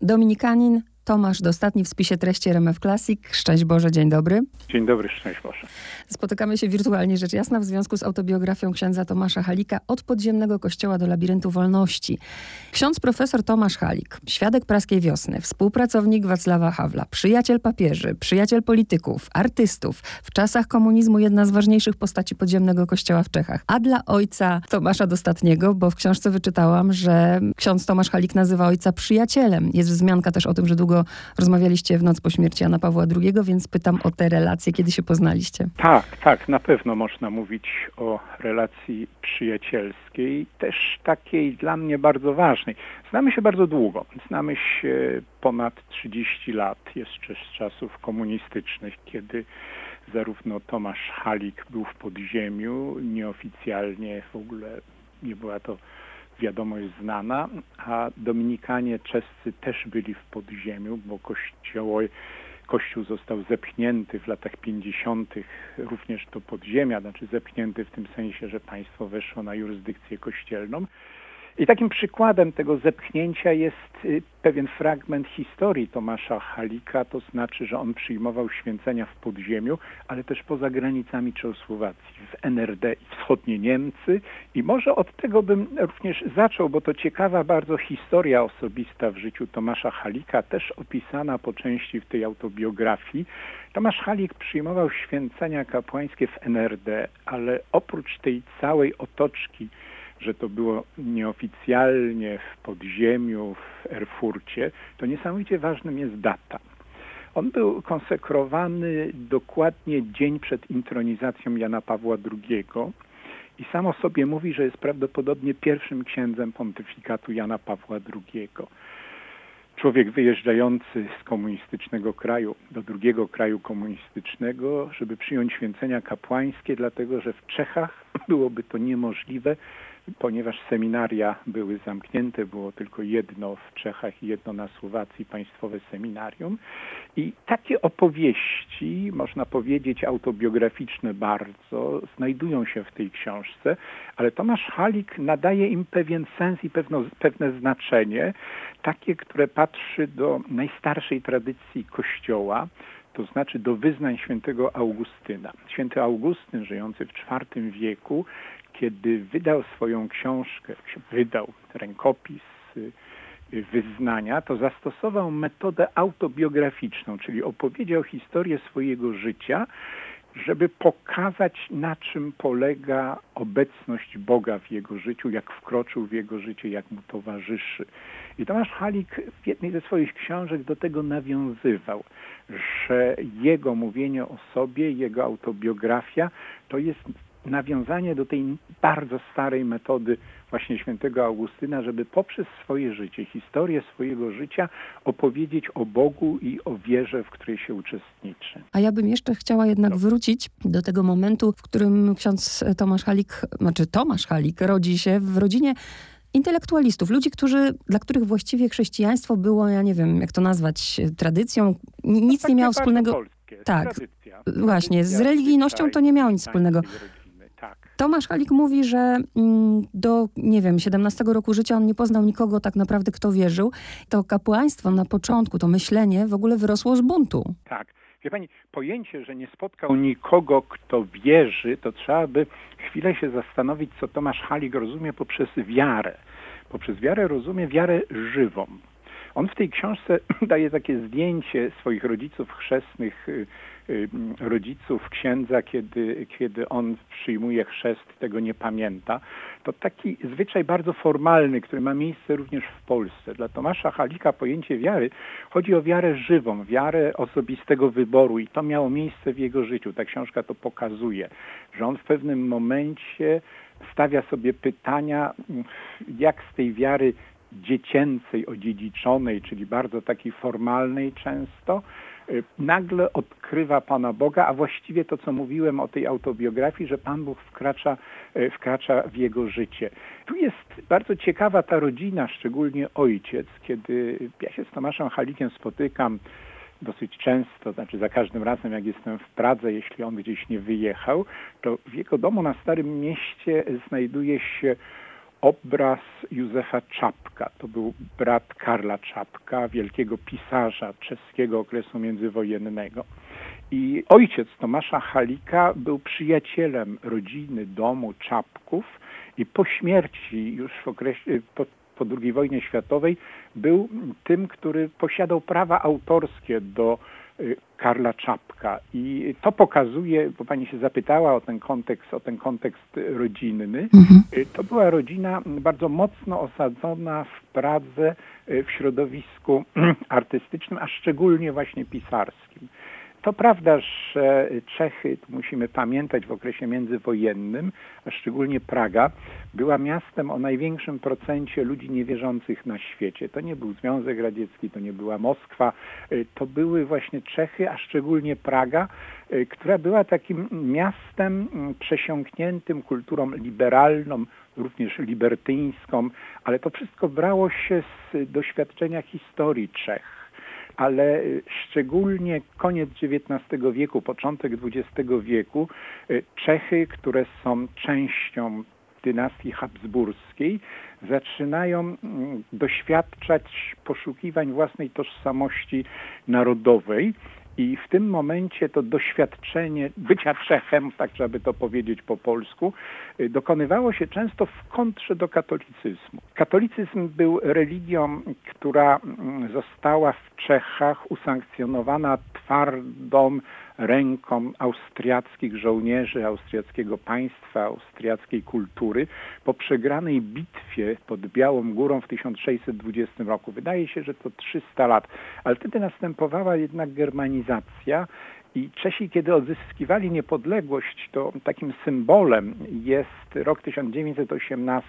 Dominikanin Tomasz Dostatni w spisie treści RMF Classic. Szczęść Boże, dzień dobry. Dzień dobry, szczęść Boże. Spotykamy się wirtualnie, rzecz jasna, w związku z autobiografią księdza Tomasza Halika Od podziemnego kościoła do labiryntu wolności. Ksiądz profesor Tomasz Halik, świadek praskiej wiosny, współpracownik Wacława Hawla, przyjaciel papieży, przyjaciel polityków, artystów, w czasach komunizmu jedna z ważniejszych postaci podziemnego kościoła w Czechach. A dla ojca Tomasza Dostatniego, bo w książce wyczytałam, że ksiądz Tomasz Halik nazywa ojca przyjacielem. Jest wzmianka też o tym, że długo rozmawialiście w noc po śmierci Jana Pawła II, więc pytam o te relacje, kiedy się poznaliście. Tak, na pewno można mówić o relacji przyjacielskiej, też takiej dla mnie bardzo ważnej. Znamy się bardzo długo, znamy się ponad 30 lat, jeszcze z czasów komunistycznych, kiedy zarówno Tomasz Halik był w podziemiu, nieoficjalnie w ogóle nie była to wiadomość znana, a Dominikanie czescy też byli w podziemiu, bo Kościół został zepchnięty w latach 50. również do podziemia, znaczy zepchnięty w tym sensie, że państwo weszło na jurysdykcję kościelną. I takim przykładem tego zepchnięcia jest pewien fragment historii Tomasza Halika, to znaczy, że on przyjmował święcenia w podziemiu, ale też poza granicami Czechosłowacji, w NRD i wschodnie Niemcy. I może od tego bym również zaczął, bo to ciekawa bardzo historia osobista w życiu Tomasza Halika, też opisana po części w tej autobiografii. Tomasz Halik przyjmował święcenia kapłańskie w NRD, ale oprócz tej całej otoczki, że to było nieoficjalnie w podziemiu, w Erfurcie, to niesamowicie ważnym jest data. On był konsekrowany dokładnie dzień przed intronizacją Jana Pawła II i sam o sobie mówi, że jest prawdopodobnie pierwszym księdzem pontyfikatu Jana Pawła II. Człowiek wyjeżdżający z komunistycznego kraju do drugiego kraju komunistycznego, żeby przyjąć święcenia kapłańskie, dlatego że w Czechach byłoby to niemożliwe, ponieważ seminaria były zamknięte, było tylko jedno w Czechach i jedno na Słowacji, państwowe seminarium. I takie opowieści, można powiedzieć autobiograficzne bardzo, znajdują się w tej książce, ale Tomasz Halik nadaje im pewien sens i pewne znaczenie, takie, które patrzy do najstarszej tradycji Kościoła, to znaczy do wyznań świętego Augustyna. Święty Augustyn, żyjący w IV wieku, kiedy wydał swoją książkę, rękopis wyznania, to zastosował metodę autobiograficzną, czyli opowiedział historię swojego życia, żeby pokazać, na czym polega obecność Boga w jego życiu, jak wkroczył w jego życie, jak mu towarzyszy. I Tomasz Halik w jednej ze swoich książek do tego nawiązywał, że jego mówienie o sobie, jego autobiografia to jest nawiązanie do tej bardzo starej metody właśnie świętego Augustyna, żeby poprzez swoje życie, historię swojego życia opowiedzieć o Bogu i o wierze, w której się uczestniczy. A ja bym jeszcze chciała jednak wrócić do tego momentu, w którym ksiądz Tomasz Halik rodzi się w rodzinie intelektualistów, ludzi, dla których właściwie chrześcijaństwo było, ja nie wiem, jak to nazwać, tradycją, nic nie miało wspólnego. Polskie, tak, tradycja, właśnie, z religijnością to nie miało nic wspólnego. Tomasz Halik mówi, że do, 17 roku życia on nie poznał nikogo tak naprawdę, kto wierzył. To kapłaństwo na początku, to myślenie w ogóle wyrosło z buntu. Tak. Wie pani, pojęcie, że nie spotkał nikogo, kto wierzy, to trzeba by chwilę się zastanowić, co Tomasz Halik rozumie poprzez wiarę. Poprzez wiarę rozumie wiarę żywą. On w tej książce daje takie zdjęcie swoich rodziców chrzestnych, rodziców księdza, kiedy on przyjmuje chrzest, tego nie pamięta. To taki zwyczaj bardzo formalny, który ma miejsce również w Polsce. Dla Tomasza Halika pojęcie wiary chodzi o wiarę żywą, wiarę osobistego wyboru i to miało miejsce w jego życiu. Ta książka to pokazuje, że on w pewnym momencie stawia sobie pytania, jak z tej wiary dziecięcej, odziedziczonej, czyli bardzo takiej formalnej często, nagle odkrywa Pana Boga, a właściwie to, co mówiłem o tej autobiografii, że Pan Bóg wkracza w jego życie. Tu jest bardzo ciekawa ta rodzina, szczególnie ojciec, kiedy ja się z Tomaszem Halikiem spotykam dosyć często, znaczy za każdym razem, jak jestem w Pradze, jeśli on gdzieś nie wyjechał, to w jego domu na Starym Mieście znajduje się obraz Józefa Czapka. To był brat Karla Czapka, wielkiego pisarza czeskiego okresu międzywojennego. I ojciec Tomasza Halika był przyjacielem rodziny, domu Czapków i po śmierci już w okresie, po II wojnie światowej był tym, który posiadał prawa autorskie do Karla Czapka. I to pokazuje, bo pani się zapytała o ten kontekst rodzinny. To była rodzina bardzo mocno osadzona w Pradze, w środowisku artystycznym, a szczególnie właśnie pisarskim. To prawda, że Czechy, tu musimy pamiętać, w okresie międzywojennym, a szczególnie Praga, była miastem o największym procencie ludzi niewierzących na świecie. To nie był Związek Radziecki, to nie była Moskwa, to były właśnie Czechy, a szczególnie Praga, która była takim miastem przesiąkniętym kulturą liberalną, również libertyńską, ale to wszystko brało się z doświadczenia historii Czech. Ale szczególnie koniec XIX wieku, początek XX wieku, Czechy, które są częścią dynastii habsburskiej, zaczynają doświadczać poszukiwań własnej tożsamości narodowej. I w tym momencie to doświadczenie bycia Czechem, tak trzeba by to powiedzieć po polsku, dokonywało się często w kontrze do katolicyzmu. Katolicyzm był religią, która została w Czechach usankcjonowana twardą ręką austriackich żołnierzy, austriackiego państwa, austriackiej kultury po przegranej bitwie pod Białą Górą w 1620 roku. Wydaje się, że to 300 lat, ale wtedy następowała jednak germanizacja i Czesi, kiedy odzyskiwali niepodległość, to takim symbolem jest rok 1918,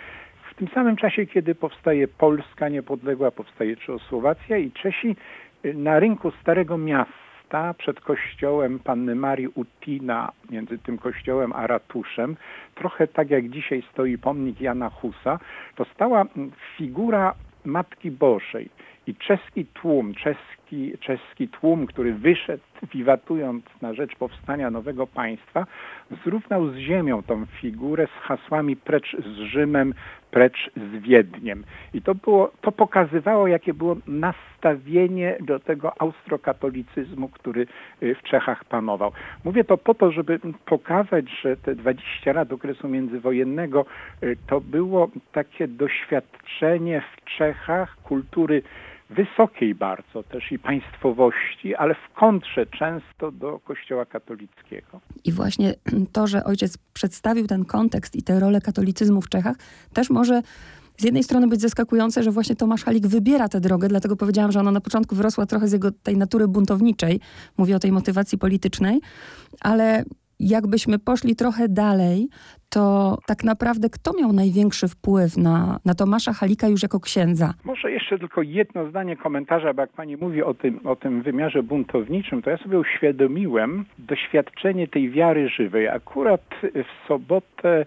w tym samym czasie, kiedy powstaje Polska niepodległa, powstaje Czechosłowacja i Czesi na rynku Starego Miasta przed kościołem Panny Marii Utina, między tym kościołem a ratuszem, trochę tak jak dzisiaj stoi pomnik Jana Husa, to stała figura Matki Bożej i czeski tłum, który wyszedł wiwatując na rzecz powstania nowego państwa, zrównał z ziemią tą figurę z hasłami precz z Rzymem, precz z Wiedniem. I to pokazywało, jakie było nastawienie do tego austrokatolicyzmu, który w Czechach panował. Mówię to po to, żeby pokazać, że te 20 lat okresu międzywojennego to było takie doświadczenie w Czechach kultury wysokiej bardzo też i państwowości, ale w kontrze często do Kościoła katolickiego. I właśnie to, że ojciec przedstawił ten kontekst i tę rolę katolicyzmu w Czechach, też może z jednej strony być zaskakujące, że właśnie Tomasz Halik wybiera tę drogę, dlatego powiedziałam, że ona na początku wyrosła trochę z jego tej natury buntowniczej, mówię o tej motywacji politycznej, ale jakbyśmy poszli trochę dalej, to tak naprawdę kto miał największy wpływ na Tomasza Halika już jako księdza? Może jeszcze tylko jedno zdanie komentarza, bo jak pani mówi o tym wymiarze buntowniczym, to ja sobie uświadomiłem doświadczenie tej wiary żywej. Akurat w sobotę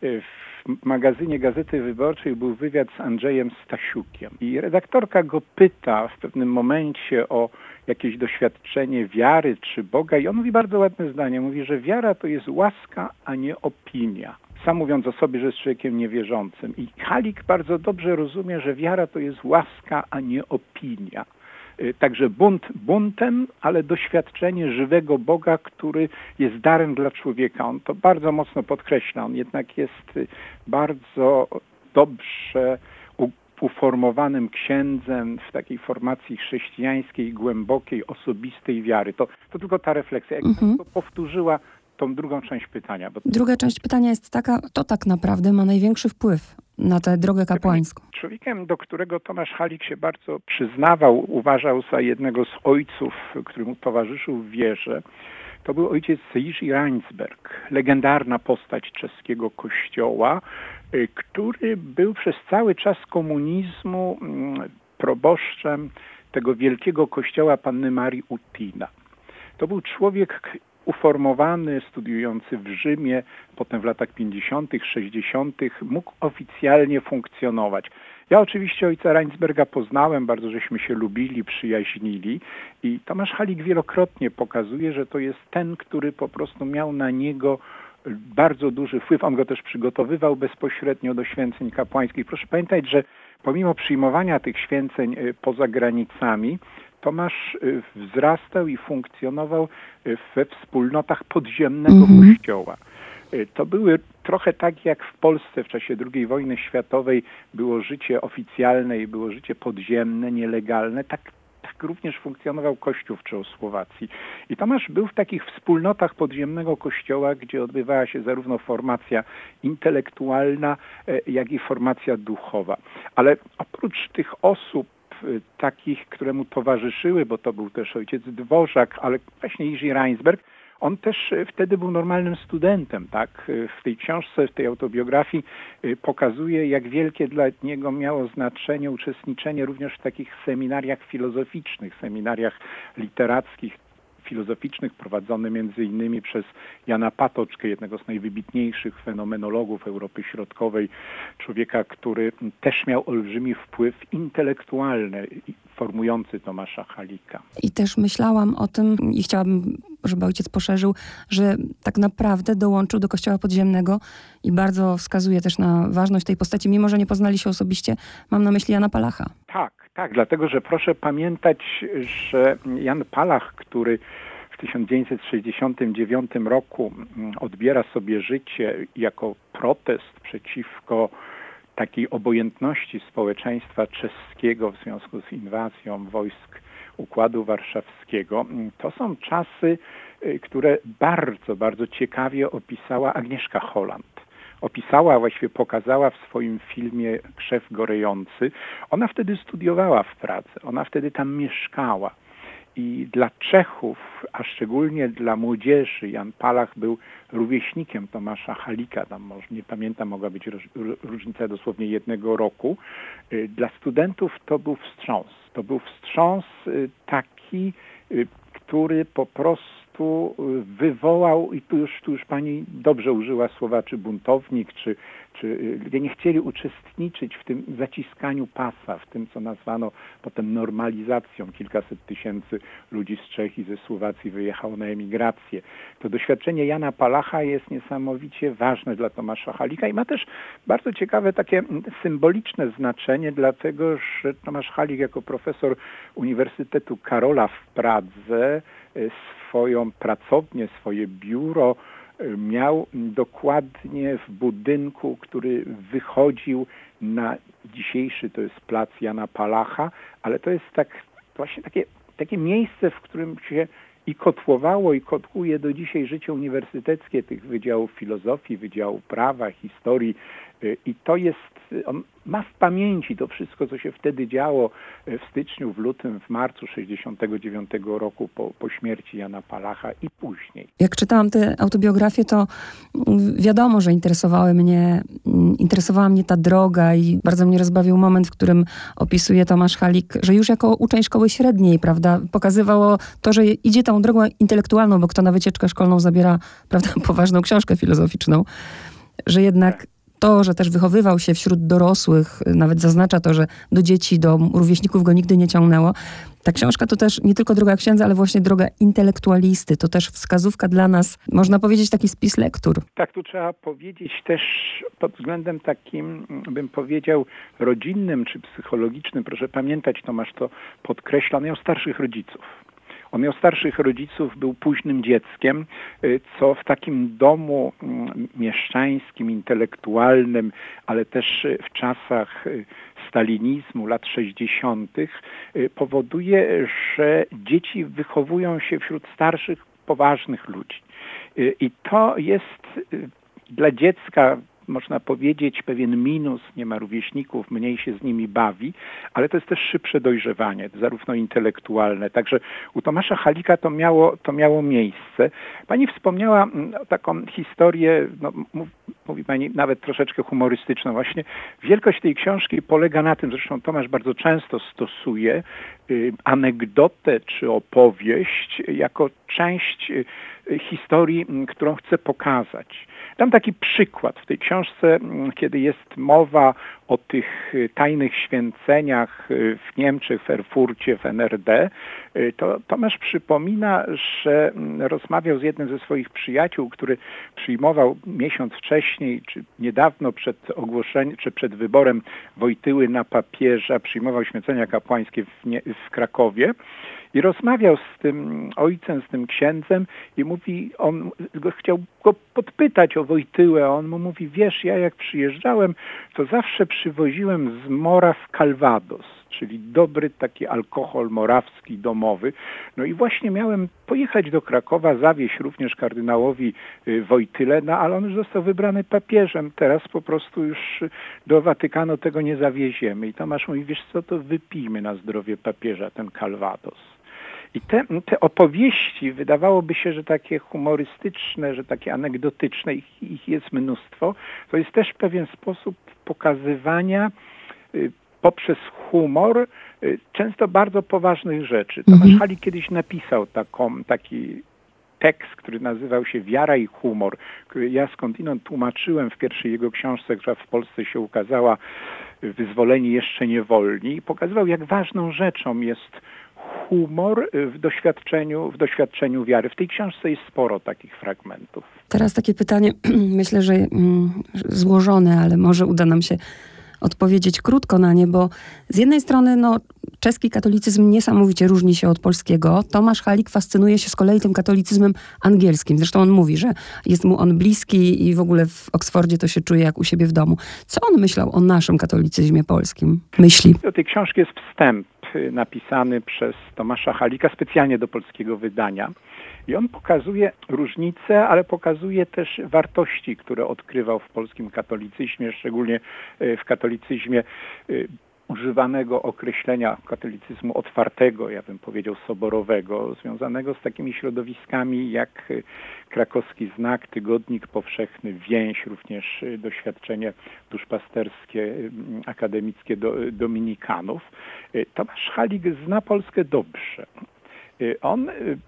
w magazynie Gazety Wyborczej był wywiad z Andrzejem Stasiukiem i redaktorka go pyta w pewnym momencie o jakieś doświadczenie wiary czy Boga i on mówi bardzo ładne zdanie. Mówi, że wiara to jest łaska, a nie opinia. Sam mówiąc o sobie, że jest człowiekiem niewierzącym. I Halik bardzo dobrze rozumie, że wiara to jest łaska, a nie opinia. Także bunt buntem, ale doświadczenie żywego Boga, który jest darem dla człowieka. On to bardzo mocno podkreśla. On jednak jest bardzo dobrze uformowanym księdzem w takiej formacji chrześcijańskiej, głębokiej, osobistej wiary. To tylko ta refleksja. Jak pani to powtórzyła tą drugą część pytania. Druga część pytania jest taka, kto tak naprawdę ma największy wpływ na tę drogę kapłańską? Człowiekiem, do którego Tomasz Halik się bardzo przyznawał, uważał za jednego z ojców, który mu towarzyszył w wierze, to był ojciec Jerzy Reinsberg, legendarna postać czeskiego kościoła, który był przez cały czas komunizmu proboszczem tego wielkiego kościoła Panny Marii Utina. To był człowiek uformowany, studiujący w Rzymie, potem w latach 50., 60. mógł oficjalnie funkcjonować. Ja oczywiście ojca Reinsberga poznałem, bardzo żeśmy się lubili, przyjaźnili i Tomasz Halik wielokrotnie pokazuje, że to jest ten, który po prostu miał na niego bardzo duży wpływ. On go też przygotowywał bezpośrednio do święceń kapłańskich. Proszę pamiętać, że pomimo przyjmowania tych święceń poza granicami, Tomasz wzrastał i funkcjonował we wspólnotach podziemnego kościoła. To były trochę tak jak w Polsce w czasie II wojny światowej było życie oficjalne i było życie podziemne, nielegalne, tak również funkcjonował Kościół w Czechosłowacji. I Tomasz był w takich wspólnotach podziemnego kościoła, gdzie odbywała się zarówno formacja intelektualna, jak i formacja duchowa. Ale oprócz tych osób takich, które mu towarzyszyły, bo to był też ojciec Dworzak, ale właśnie Jerzy Reinsberg, on też wtedy był normalnym studentem, tak? W tej książce, w tej autobiografii pokazuje, jak wielkie dla niego miało znaczenie uczestniczenie również w takich seminariach filozoficznych, seminariach literackich, filozoficznych, prowadzony między innymi przez Jana Patoczkę, jednego z najwybitniejszych fenomenologów Europy Środkowej, człowieka, który też miał olbrzymi wpływ intelektualny, formujący Tomasza Halika. I też myślałam o tym i chciałabym, żeby ojciec poszerzył, że tak naprawdę dołączył do Kościoła Podziemnego i bardzo wskazuje też na ważność tej postaci, mimo że nie poznali się osobiście. Mam na myśli Jana Palacha. Tak, dlatego że proszę pamiętać, że Jan Palach, który w 1969 roku odbiera sobie życie jako protest przeciwko takiej obojętności społeczeństwa czeskiego w związku z inwazją wojsk Układu Warszawskiego, to są czasy, które bardzo, bardzo ciekawie opisała Agnieszka Holland. Opisała, właściwie pokazała w swoim filmie Krzew Gorejący. Ona wtedy studiowała w Pradze, ona wtedy tam mieszkała. I dla Czechów, a szczególnie dla młodzieży, Jan Palach był rówieśnikiem Tomasza Halika. Tam może, nie pamiętam, mogła być różnica dosłownie 1 roku. Dla studentów to był wstrząs. To był wstrząs taki, który po prostu wywołał, i tu już pani dobrze użyła słowa, czy buntownik, czy ludzie nie chcieli uczestniczyć w tym zaciskaniu pasa, w tym, co nazwano potem normalizacją. Kilkaset tysięcy ludzi z Czech i ze Słowacji wyjechało na emigrację. To doświadczenie Jana Palacha jest niesamowicie ważne dla Tomasza Halika i ma też bardzo ciekawe takie symboliczne znaczenie, dlatego że Tomasz Halik jako profesor Uniwersytetu Karola w Pradze swoją pracownię, swoje biuro miał dokładnie w budynku, który wychodził na dzisiejszy, to jest plac Jana Palacha, ale to jest właśnie takie miejsce, w którym się i kotłowało, i kotłuje do dzisiaj życie uniwersyteckie tych wydziałów filozofii, wydziału prawa, historii. I to jest, on ma w pamięci to wszystko, co się wtedy działo w styczniu, w lutym, w marcu 1969 roku po śmierci Jana Palacha i później. Jak czytałam tę autobiografię, to wiadomo, że interesowała mnie ta droga i bardzo mnie rozbawił moment, w którym opisuje Tomasz Halik, że już jako uczeń szkoły średniej, prawda, pokazywało to, że idzie tą drogą intelektualną, bo kto na wycieczkę szkolną zabiera, prawda, poważną książkę filozoficzną, że jednak to, że też wychowywał się wśród dorosłych, nawet zaznacza to, że do dzieci, do rówieśników go nigdy nie ciągnęło. Ta książka to też nie tylko droga księdza, ale właśnie droga intelektualisty. To też wskazówka dla nas, można powiedzieć, taki spis lektur. Tak, tu trzeba powiedzieć też pod względem takim, bym powiedział, rodzinnym czy psychologicznym. Proszę pamiętać, Tomasz to podkreśla, on miał starszych rodziców. On miał starszych rodziców, był późnym dzieckiem, co w takim domu mieszczańskim, intelektualnym, ale też w czasach stalinizmu, lat 60. powoduje, że dzieci wychowują się wśród starszych, poważnych ludzi. I to jest dla dziecka, można powiedzieć, pewien minus, nie ma rówieśników, mniej się z nimi bawi, ale to jest też szybsze dojrzewanie, zarówno intelektualne. Także u Tomasza Halika to miało miejsce. Pani wspomniała taką historię, mówi pani nawet troszeczkę humorystyczną właśnie. Wielkość tej książki polega na tym, zresztą Tomasz bardzo często stosuje anegdotę czy opowieść jako część historii, którą chce pokazać. Dam taki przykład w tej książce, kiedy jest mowa o tych tajnych święceniach w Niemczech, w Erfurcie, w NRD, to Tomasz przypomina, że rozmawiał z jednym ze swoich przyjaciół, który przyjmował miesiąc wcześniej, czy niedawno przed ogłoszeniem, czy przed wyborem Wojtyły na papieża, przyjmował święcenia kapłańskie w Krakowie. I rozmawiał z tym ojcem, z tym księdzem i mówi, chciał go podpytać o Wojtyłę, a on mu mówi, wiesz, ja jak przyjeżdżałem, to zawsze przywoziłem z Moraw Calvados, czyli dobry taki alkohol morawski, domowy. No i właśnie miałem pojechać do Krakowa, zawieźć również kardynałowi Wojtyle, no ale on już został wybrany papieżem. Teraz po prostu już do Watykanu tego nie zawieziemy. I Tomasz mówi, wiesz co, to wypijmy na zdrowie papieża ten Calvados. I te opowieści, wydawałoby się, że takie humorystyczne, że takie anegdotyczne, ich jest mnóstwo, to jest też pewien sposób pokazywania poprzez humor często bardzo poważnych rzeczy. Tomasz Halik kiedyś napisał taki tekst, który nazywał się Wiara i humor, który ja skądinąd tłumaczyłem w pierwszej jego książce, która w Polsce się ukazała, Wyzwoleni jeszcze niewolni, i pokazywał, jak ważną rzeczą jest humor w doświadczeniu wiary. W tej książce jest sporo takich fragmentów. Teraz takie pytanie, myślę, że złożone, ale może uda nam się odpowiedzieć krótko na nie, bo z jednej strony czeski katolicyzm niesamowicie różni się od polskiego. Tomasz Halik fascynuje się z kolei tym katolicyzmem angielskim. Zresztą on mówi, że jest mu on bliski i w ogóle w Oksfordzie to się czuje jak u siebie w domu. Co on myślał o naszym katolicyzmie polskim? Myśli. Do tej książki jest wstęp napisany przez Tomasza Halika specjalnie do polskiego wydania. I on pokazuje różnice, ale pokazuje też wartości, które odkrywał w polskim katolicyzmie, szczególnie w katolicyzmie używanego określenia katolicyzmu otwartego, ja bym powiedział soborowego, związanego z takimi środowiskami jak Krakowski Znak, Tygodnik Powszechny, Więź, również doświadczenie duszpasterskie, akademickie dominikanów. Tomasz Halik zna Polskę dobrze. On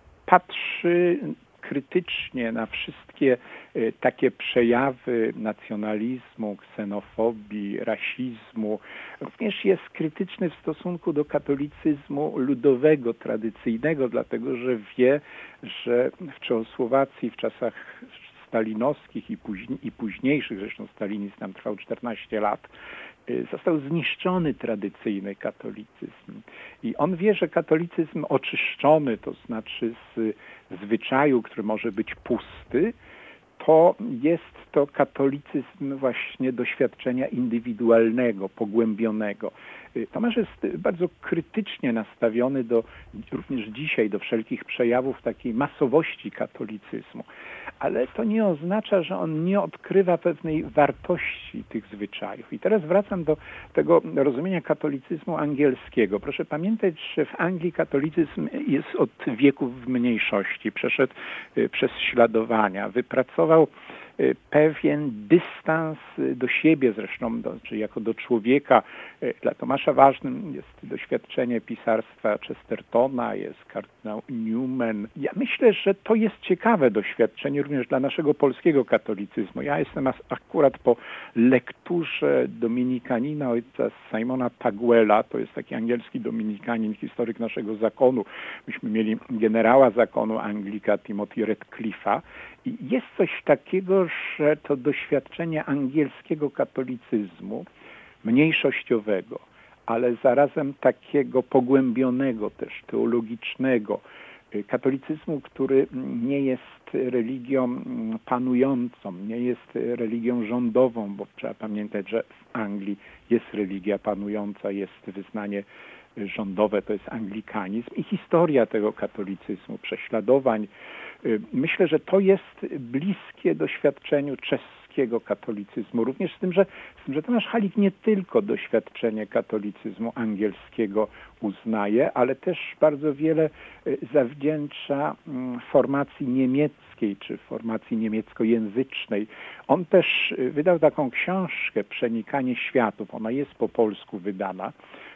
patrzy krytycznie na wszystkie takie przejawy nacjonalizmu, ksenofobii, rasizmu. Również jest krytyczny w stosunku do katolicyzmu ludowego, tradycyjnego, dlatego że wie, że w Czechosłowacji w czasach stalinowskich i późniejszych, zresztą stalinizm tam trwał 14 lat, został zniszczony tradycyjny katolicyzm. I on wie, że katolicyzm oczyszczony, to znaczy z zwyczaju, który może być pusty, to jest to katolicyzm właśnie doświadczenia indywidualnego, pogłębionego. Tomasz jest bardzo krytycznie nastawiony również dzisiaj do wszelkich przejawów takiej masowości katolicyzmu. Ale to nie oznacza, że on nie odkrywa pewnej wartości tych zwyczajów. I teraz wracam do tego rozumienia katolicyzmu angielskiego. Proszę pamiętać, że w Anglii katolicyzm jest od wieków w mniejszości. Przeszedł przez śladowania, wypracował pewien dystans do siebie zresztą, czy jako do człowieka. Dla Tomasza ważnym jest doświadczenie pisarstwa Chestertona, jest kardynał Newman. Ja myślę, że to jest ciekawe doświadczenie również dla naszego polskiego katolicyzmu. Ja jestem akurat po lekturze dominikanina ojca Simona Paguela, to jest taki angielski dominikanin, historyk naszego zakonu. Myśmy mieli generała zakonu Anglika Timothy Radcliffe'a. I jest coś takiego, że to doświadczenie angielskiego katolicyzmu, mniejszościowego, ale zarazem takiego pogłębionego też, teologicznego, katolicyzmu, który nie jest religią panującą, nie jest religią rządową, bo trzeba pamiętać, że w Anglii jest religia panująca, jest wyznanie rządowe, to jest anglikanizm i historia tego katolicyzmu, prześladowań. Myślę, że to jest bliskie doświadczeniu czeskiego katolicyzmu. Również z tym, że Tomasz Halik nie tylko doświadczenie katolicyzmu angielskiego uznaje, ale też bardzo wiele zawdzięcza formacji niemieckiej czy formacji niemieckojęzycznej. On też wydał taką książkę Przenikanie światów. Ona jest po polsku wydana.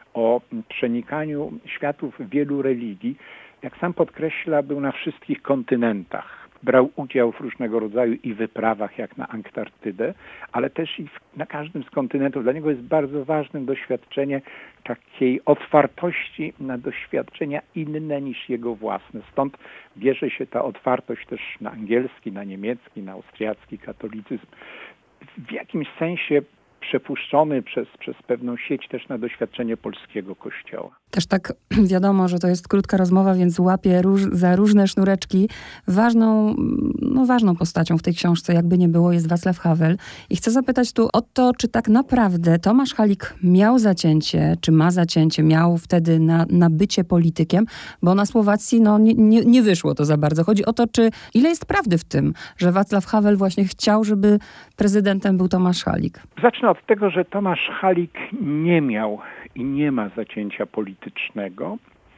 O przenikaniu światów wielu religii. Jak sam podkreśla, był na wszystkich kontynentach. brał udział w różnego rodzaju i wyprawach, jak na Antarktydę, ale też i na każdym z kontynentów. Dla niego jest bardzo ważne doświadczenie takiej otwartości na doświadczenia inne niż jego własne. Stąd bierze się ta otwartość też na angielski, na niemiecki, na austriacki katolicyzm. W jakimś sensie przepuszczony przez pewną sieć też na doświadczenie polskiego Kościoła. Też tak wiadomo, że to jest krótka rozmowa, więc łapię za różne sznureczki. Ważną postacią w tej książce, jakby nie było, jest Václav Havel. I chcę zapytać tu o to, czy tak naprawdę Tomasz Halik miał zacięcie, czy ma zacięcie, miał wtedy na bycie politykiem, bo na Słowacji nie wyszło to za bardzo. Chodzi o to, ile jest prawdy w tym, że Václav Havel właśnie chciał, żeby prezydentem był Tomasz Halik. Zacznę od tego, że Tomasz Halik nie miał i nie ma zacięcia politycznego.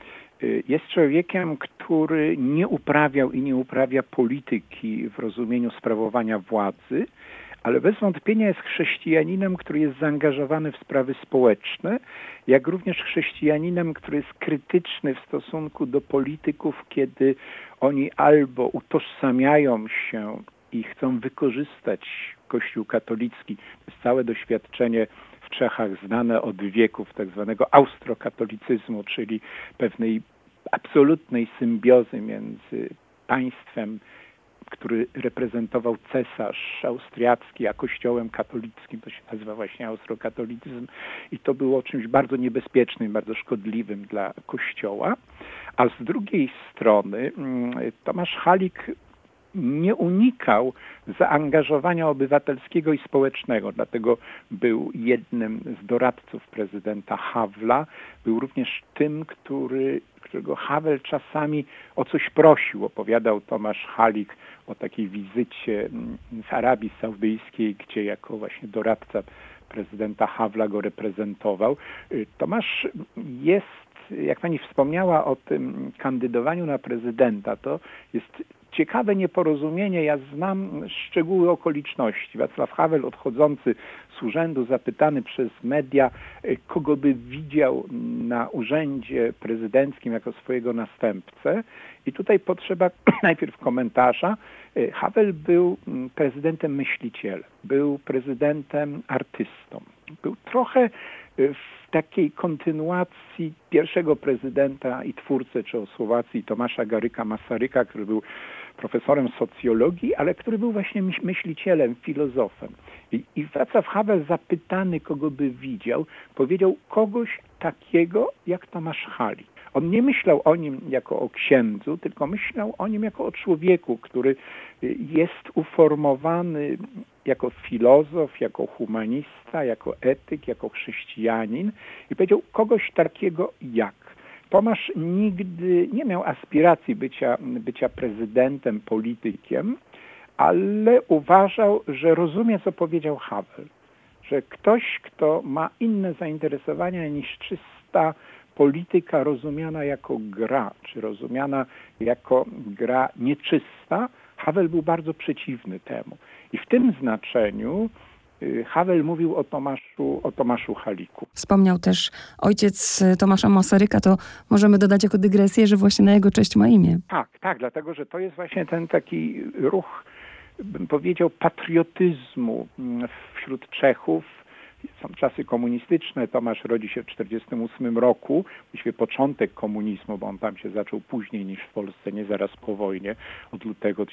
Jest człowiekiem, który nie uprawiał i nie uprawia polityki w rozumieniu sprawowania władzy, ale bez wątpienia jest chrześcijaninem, który jest zaangażowany w sprawy społeczne, jak również chrześcijaninem, który jest krytyczny w stosunku do polityków, kiedy oni albo utożsamiają się i chcą wykorzystać Kościół katolicki. To jest całe doświadczenie w Czechach znane od wieków tak zwanego austrokatolicyzmu, czyli pewnej absolutnej symbiozy między państwem, który reprezentował cesarz austriacki, a kościołem katolickim. To się nazywa właśnie austrokatolicyzm. I to było czymś bardzo niebezpiecznym, bardzo szkodliwym dla Kościoła. A z drugiej strony Tomasz Halik nie unikał zaangażowania obywatelskiego i społecznego, dlatego był jednym z doradców prezydenta Havla. Był również tym, którego Havel czasami o coś prosił. Opowiadał Tomasz Halik o takiej wizycie z Arabii Saudyjskiej, gdzie jako właśnie doradca prezydenta Havla go reprezentował. Tomasz jest, jak pani wspomniała o tym kandydowaniu na prezydenta, to jest ciekawe nieporozumienie. Ja znam szczegóły okoliczności. Václav Havel, odchodzący z urzędu, zapytany przez media, kogo by widział na urzędzie prezydenckim jako swojego następcę. I tutaj potrzeba najpierw komentarza. Havel był prezydentem myślicielem, był prezydentem artystą. Był trochę w takiej kontynuacji pierwszego prezydenta i twórcy Czechosłowacji Tomasza Garryka Masaryka, który był profesorem socjologii, ale który był właśnie myślicielem, filozofem. I Václav Havel, zapytany, kogo by widział, powiedział kogoś takiego jak Tomasz Halik. On nie myślał o nim jako o księdzu, tylko myślał o nim jako o człowieku, który jest uformowany jako filozof, jako humanista, jako etyk, jako chrześcijanin i powiedział kogoś takiego jak. Tomasz nigdy nie miał aspiracji bycia prezydentem, politykiem, ale uważał, że rozumie, co powiedział Havel, że ktoś, kto ma inne zainteresowania niż czysta polityka rozumiana jako gra, czy rozumiana jako gra nieczysta, Havel był bardzo przeciwny temu. I w tym znaczeniu Havel mówił o Tomaszu Haliku. Wspomniał też ojciec Tomasza Masaryka, to możemy dodać jako dygresję, że właśnie na jego cześć ma imię. Tak, dlatego że to jest właśnie ten taki ruch, bym powiedział, patriotyzmu wśród Czechów. Są czasy komunistyczne. Tomasz rodzi się w 1948 roku, właściwie początek komunizmu, bo on tam się zaczął później niż w Polsce, nie zaraz po wojnie, od lutego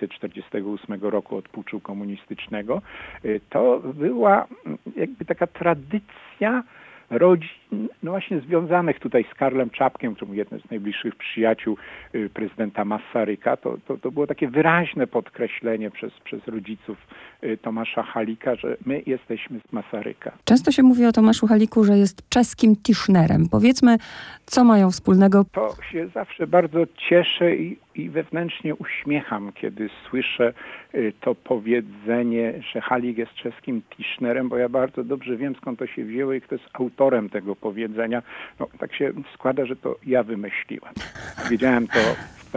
1948 roku, od puczu komunistycznego. To była jakby taka tradycja rodzin, no właśnie związanych tutaj z Karlem Czapkiem, który był jednym z najbliższych przyjaciół prezydenta Masaryka. To było takie wyraźne podkreślenie przez rodziców Tomasza Halika, że my jesteśmy z Masaryka. Często się mówi o Tomaszu Haliku, że jest czeskim Tischnerem. Powiedzmy, co mają wspólnego? To się zawsze bardzo cieszę i wewnętrznie uśmiecham, kiedy słyszę to powiedzenie, że Halik jest czeskim Tischnerem, bo ja bardzo dobrze wiem, skąd to się wzięło i kto jest autorem tego powiedzenia. No, tak się składa, że to ja wymyśliłem. Wiedziałem to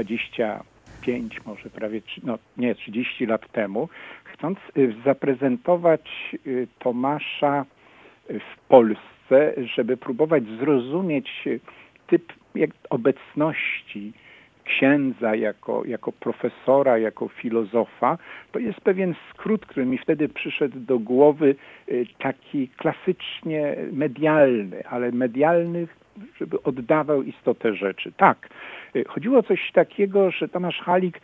25, może prawie 30 lat temu, chcąc zaprezentować Tomasza w Polsce, żeby próbować zrozumieć typ obecności księdza, jako profesora, jako filozofa, to jest pewien skrót, który mi wtedy przyszedł do głowy, taki klasycznie medialny, ale medialny, żeby oddawał istotę rzeczy. Tak, chodziło o coś takiego, że Tomasz Halik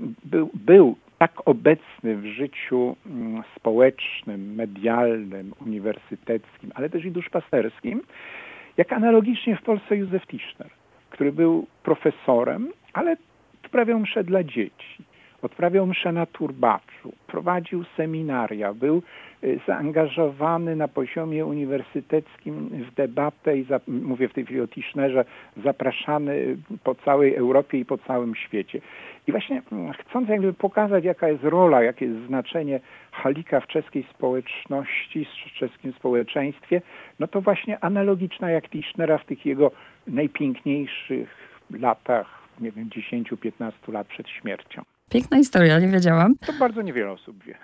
był tak obecny w życiu społecznym, medialnym, uniwersyteckim, ale też i duszpasterskim, jak analogicznie w Polsce Józef Tischner, który był profesorem, ale odprawiał msze dla dzieci, odprawiał msze na turbaczu, prowadził seminaria, był zaangażowany na poziomie uniwersyteckim w debatę i mówię w tej chwili o Tischnerze, zapraszany po całej Europie i po całym świecie. I właśnie chcąc jakby pokazać, jaka jest rola, jakie jest znaczenie Halika w czeskiej społeczności, w czeskim społeczeństwie, no to właśnie analogiczna jak Tischnera w tych jego najpiękniejszych latach, nie wiem, 10-15 lat przed śmiercią. Piękna historia, nie wiedziałam. To bardzo niewiele osób wie.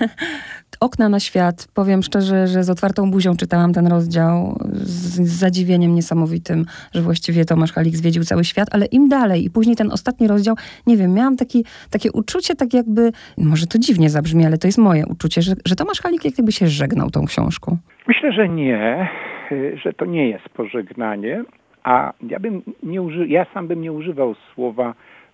Okna na świat. Powiem szczerze, że z otwartą buzią czytałam ten rozdział. Z zadziwieniem niesamowitym, że właściwie Tomasz Halik zwiedził cały świat, ale im dalej i później ten ostatni rozdział, nie wiem, miałam takie uczucie, tak jakby, może to dziwnie zabrzmi, ale to jest moje uczucie, że Tomasz Halik jak gdyby się żegnał tą książką. Myślę, że nie, że to nie jest pożegnanie, a ja sam bym nie używał słowa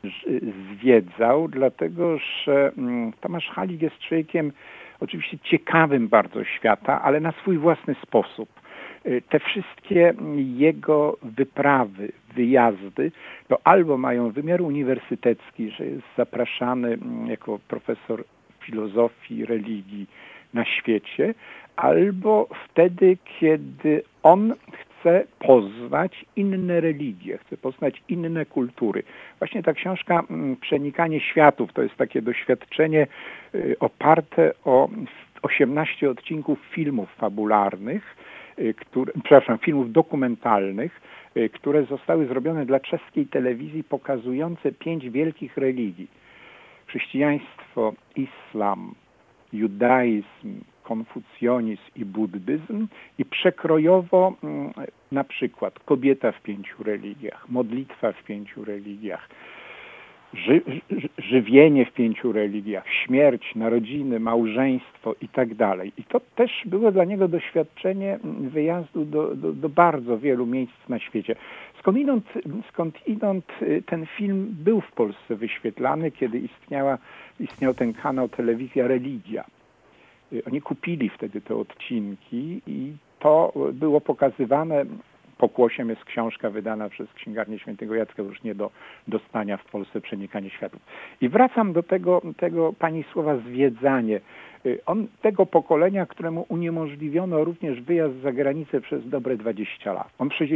zwiedzał, dlatego że Tomasz Halik jest człowiekiem oczywiście ciekawym bardzo świata, ale na swój własny sposób. Te wszystkie jego wyprawy, wyjazdy, to albo mają wymiar uniwersytecki, że jest zapraszany jako profesor filozofii, religii na świecie, albo wtedy, kiedy on chce poznać inne religie, chce poznać inne kultury. Właśnie ta książka Przenikanie światów to jest takie doświadczenie oparte o 18 odcinków filmów fabularnych, filmów dokumentalnych, które zostały zrobione dla czeskiej telewizji, pokazujące 5 wielkich religii. Chrześcijaństwo, islam, judaizm, konfucjonizm i buddyzm i przekrojowo na przykład kobieta w 5 religiach, modlitwa w 5 religiach, żywienie w 5 religiach, śmierć, narodziny, małżeństwo i tak dalej. I to też było dla niego doświadczenie wyjazdu do bardzo wielu miejsc na świecie. Skądinąd ten film był w Polsce wyświetlany, kiedy istniał ten kanał Telewizja Religia. Oni kupili wtedy te odcinki i to było pokazywane. Pokłosiem jest książka wydana przez Księgarnię Świętego Jacka, już nie do dostania w Polsce, Przenikanie światów. I wracam do tego pani słowa zwiedzanie. On tego pokolenia, któremu uniemożliwiono również wyjazd za granicę przez dobre 20 lat. On w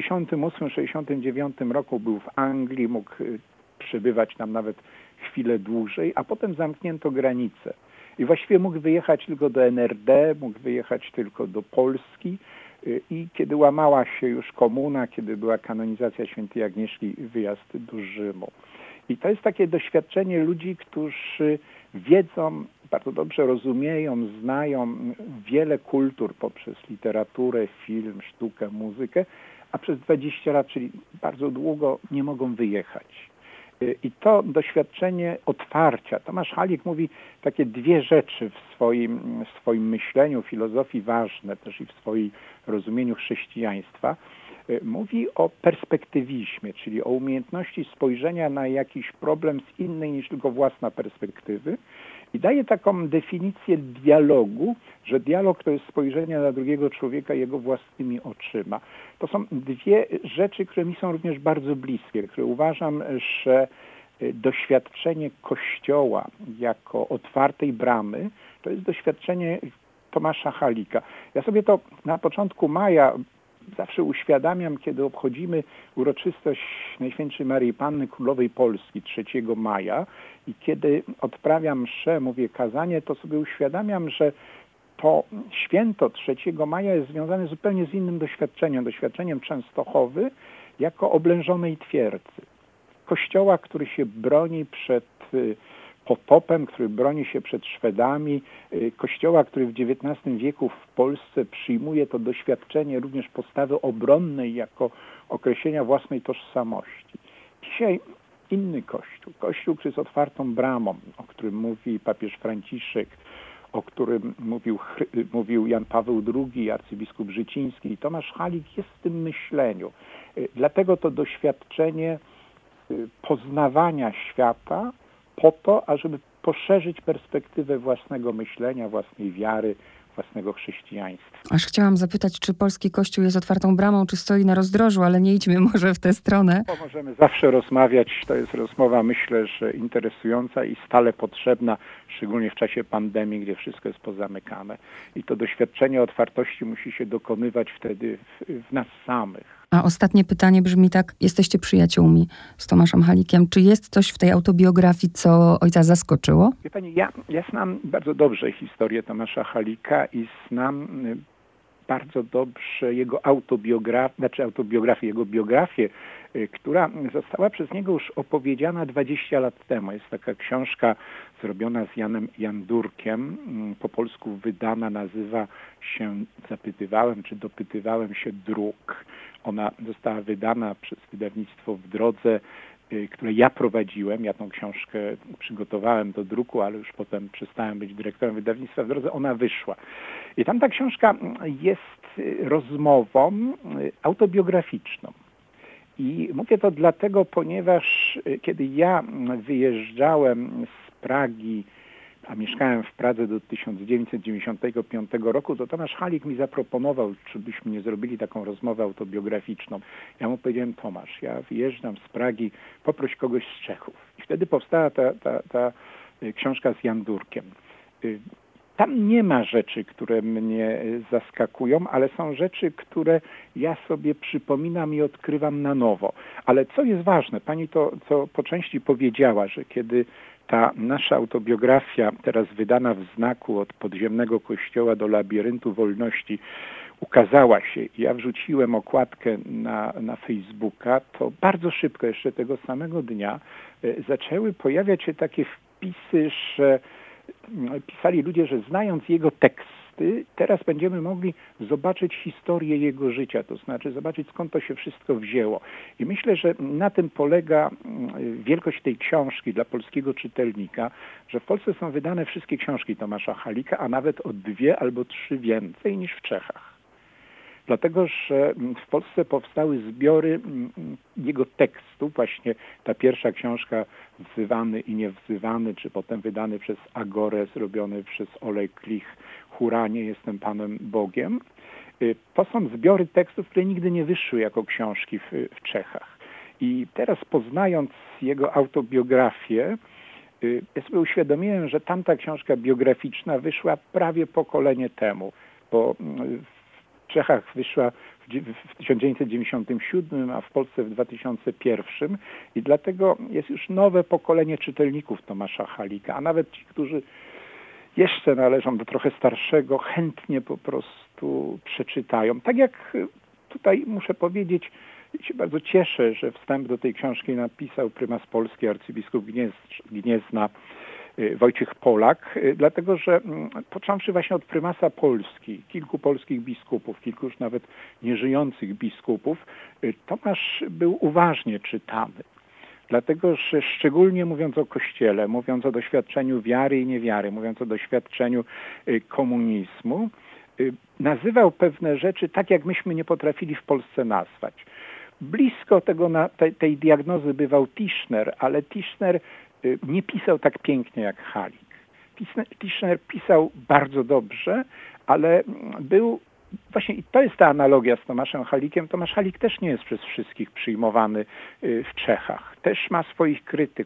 1968-1969 roku był w Anglii, mógł przebywać tam nawet chwilę dłużej, a potem zamknięto granice. I właściwie mógł wyjechać tylko do NRD, mógł wyjechać tylko do Polski i kiedy łamała się już komuna, kiedy była kanonizacja świętej Agnieszki, wyjazd do Rzymu. I to jest takie doświadczenie ludzi, którzy wiedzą, bardzo dobrze rozumieją, znają wiele kultur poprzez literaturę, film, sztukę, muzykę, a przez 20 lat, czyli bardzo długo, nie mogą wyjechać. I to doświadczenie otwarcia. Tomasz Halik mówi takie 2 rzeczy w swoim myśleniu, filozofii ważne, też i w swoim rozumieniu chrześcijaństwa. Mówi o perspektywizmie, czyli o umiejętności spojrzenia na jakiś problem z innej niż tylko własna perspektywy. I daje taką definicję dialogu, że dialog to jest spojrzenie na drugiego człowieka jego własnymi oczyma. To są 2 rzeczy, które mi są również bardzo bliskie, które uważam, że doświadczenie Kościoła jako otwartej bramy to jest doświadczenie Tomasza Halika. Ja sobie to na początku maja zawsze uświadamiam, kiedy obchodzimy uroczystość Najświętszej Maryi Panny Królowej Polski 3 maja i kiedy odprawiam mszę, mówię kazanie, to sobie uświadamiam, że to święto 3 maja jest związane zupełnie z innym doświadczeniem Częstochowy jako oblężonej twierdzy. Kościoła, który się broni przed potopem, który broni się przed Szwedami, kościoła, który w XIX wieku w Polsce przyjmuje to doświadczenie również postawy obronnej jako określenia własnej tożsamości. Dzisiaj inny Kościół. Kościół, który jest otwartą bramą, o którym mówi papież Franciszek, o którym mówił Jan Paweł II, arcybiskup Życiński. I Tomasz Halik jest w tym myśleniu. Dlatego to doświadczenie poznawania świata po to, ażeby poszerzyć perspektywę własnego myślenia, własnej wiary, własnego chrześcijaństwa. Aż chciałam zapytać, czy polski Kościół jest otwartą bramą, czy stoi na rozdrożu, ale nie idźmy może w tę stronę. Możemy zawsze rozmawiać. To jest rozmowa, myślę, że interesująca i stale potrzebna, szczególnie w czasie pandemii, gdzie wszystko jest pozamykane. I to doświadczenie otwartości musi się dokonywać wtedy w nas samych. A ostatnie pytanie brzmi tak, jesteście przyjaciółmi z Tomaszem Halikiem. Czy jest coś w tej autobiografii, co ojca zaskoczyło? Wie pani, ja znam bardzo dobrze historię Tomasza Halika i znam bardzo dobrze jego jego biografię, która została przez niego już opowiedziana 20 lat temu. Jest taka książka zrobiona z Janem Jandurkiem, po polsku wydana, nazywa się Dopytywałem się dróg. Ona została wydana przez wydawnictwo W Drodze, które ja prowadziłem. Ja tą książkę przygotowałem do druku, ale już potem przestałem być dyrektorem wydawnictwa W Drodze. Ona wyszła. I tam ta książka jest rozmową autobiograficzną. I mówię to dlatego, ponieważ kiedy ja wyjeżdżałem z Pragi, a mieszkałem w Pradze do 1995 roku, to Tomasz Halik mi zaproponował, czy byśmy nie zrobili taką rozmowę autobiograficzną. Ja mu powiedziałem: Tomasz, ja wyjeżdżam z Pragi, poproś kogoś z Czechów. I wtedy powstała ta książka z Jandurkiem. Tam nie ma rzeczy, które mnie zaskakują, ale są rzeczy, które ja sobie przypominam i odkrywam na nowo. Ale co jest ważne, pani to co po części powiedziała, że kiedy ta nasza autobiografia, teraz wydana w znaku od podziemnego kościoła do labiryntu wolności, ukazała się i ja wrzuciłem okładkę na Facebooka, to bardzo szybko, jeszcze tego samego dnia, zaczęły pojawiać się takie wpisy, że pisali ludzie, że znając jego teksty, teraz będziemy mogli zobaczyć historię jego życia, to znaczy zobaczyć, skąd to się wszystko wzięło. I myślę, że na tym polega wielkość tej książki dla polskiego czytelnika, że w Polsce są wydane wszystkie książki Tomasza Halika, a nawet o 2 albo 3 więcej niż w Czechach. Dlatego, że w Polsce powstały zbiory jego tekstów, właśnie ta pierwsza książka Wzywany i Niewzywany, czy potem wydany przez Agorę, zrobiony przez Olej Klich, Hurra, nie jestem Panem Bogiem. To są zbiory tekstów, które nigdy nie wyszły jako książki w Czechach. I teraz, poznając jego autobiografię, ja sobie uświadomiłem, że tamta książka biograficzna wyszła prawie pokolenie temu, bo w Czechach wyszła w 1997, a w Polsce w 2001 i dlatego jest już nowe pokolenie czytelników Tomasza Halika, a nawet ci, którzy jeszcze należą do trochę starszego, chętnie po prostu przeczytają. Tak jak tutaj muszę powiedzieć, się bardzo cieszę, że wstęp do tej książki napisał prymas Polski, arcybiskup Gniezna, Wojciech Polak, dlatego że począwszy właśnie od prymasa Polski, kilku polskich biskupów, kilku już nawet nieżyjących biskupów, Tomasz był uważnie czytany. Dlatego, że szczególnie mówiąc o Kościele, mówiąc o doświadczeniu wiary i niewiary, mówiąc o doświadczeniu komunizmu, nazywał pewne rzeczy tak, jak myśmy nie potrafili w Polsce nazwać. Blisko tej diagnozy bywał Tischner, ale Tischner nie pisał tak pięknie jak Halik. Tischner pisał bardzo dobrze, ale był właśnie, i to jest ta analogia z Tomaszem Halikiem. Tomasz Halik też nie jest przez wszystkich przyjmowany w Czechach. Też ma swoich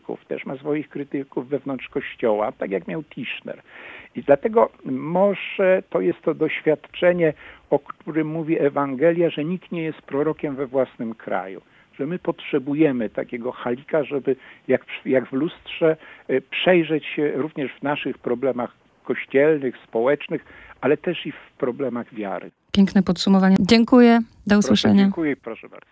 krytyków wewnątrz Kościoła, tak jak miał Tischner. I dlatego może to jest to doświadczenie, o którym mówi Ewangelia, że nikt nie jest prorokiem we własnym kraju. Że my potrzebujemy takiego Halika, żeby jak w lustrze przejrzeć się również w naszych problemach kościelnych, społecznych, ale też i w problemach wiary. Piękne podsumowanie. Dziękuję. Do usłyszenia. Dziękuję, proszę bardzo.